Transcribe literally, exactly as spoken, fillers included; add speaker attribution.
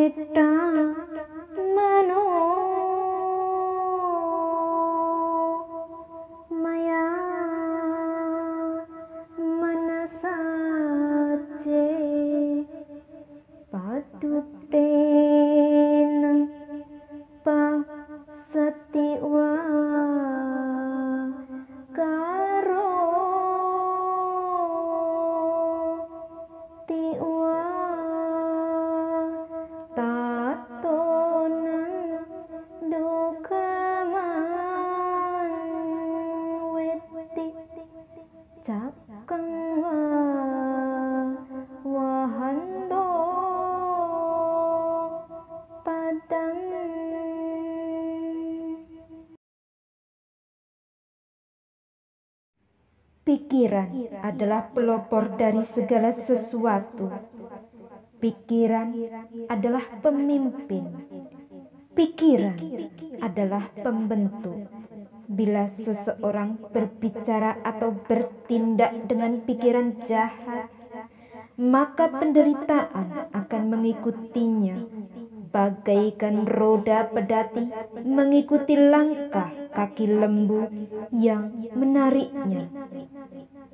Speaker 1: cita mano maya manasace paduten pa satiwa karo tiwa tatonan dukaman weti cakang wa wahando padang. Pikiran adalah pelopor dari segala sesuatu. Pikiran adalah pemimpin. Pikiran adalah pembentuk. Bila seseorang berbicara atau bertindak dengan pikiran jahat, maka penderitaan akan mengikutinya. Bagaikan roda pedati mengikuti langkah kaki lembu yang menariknya.